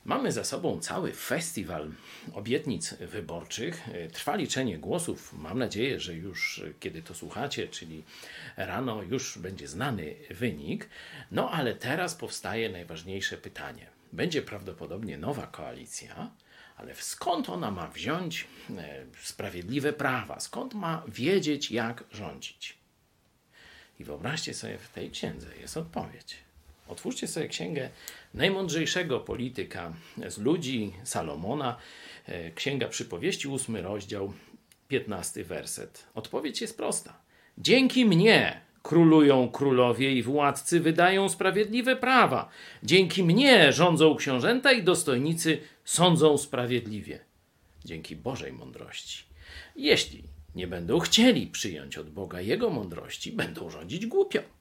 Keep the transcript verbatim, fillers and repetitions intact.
Mamy za sobą cały festiwal obietnic wyborczych. Trwa liczenie głosów. Mam nadzieję, że już kiedy to słuchacie, czyli rano, już będzie znany wynik. No ale teraz powstaje najważniejsze pytanie. Będzie prawdopodobnie nowa koalicja, ale skąd ona ma wziąć sprawiedliwe prawa? Skąd ma wiedzieć, jak rządzić? I wyobraźcie sobie, w tej księdze jest odpowiedź. Otwórzcie sobie księgę najmądrzejszego polityka z ludzi, Salomona, Księga Przypowieści, ósmy rozdział, piętnasty werset. Odpowiedź jest prosta. Dzięki mnie królują królowie i władcy, wydają sprawiedliwe prawa. Dzięki mnie rządzą książęta i dostojnicy sądzą sprawiedliwie. Dzięki Bożej mądrości. Jeśli nie będą chcieli przyjąć od Boga Jego mądrości, będą rządzić głupio.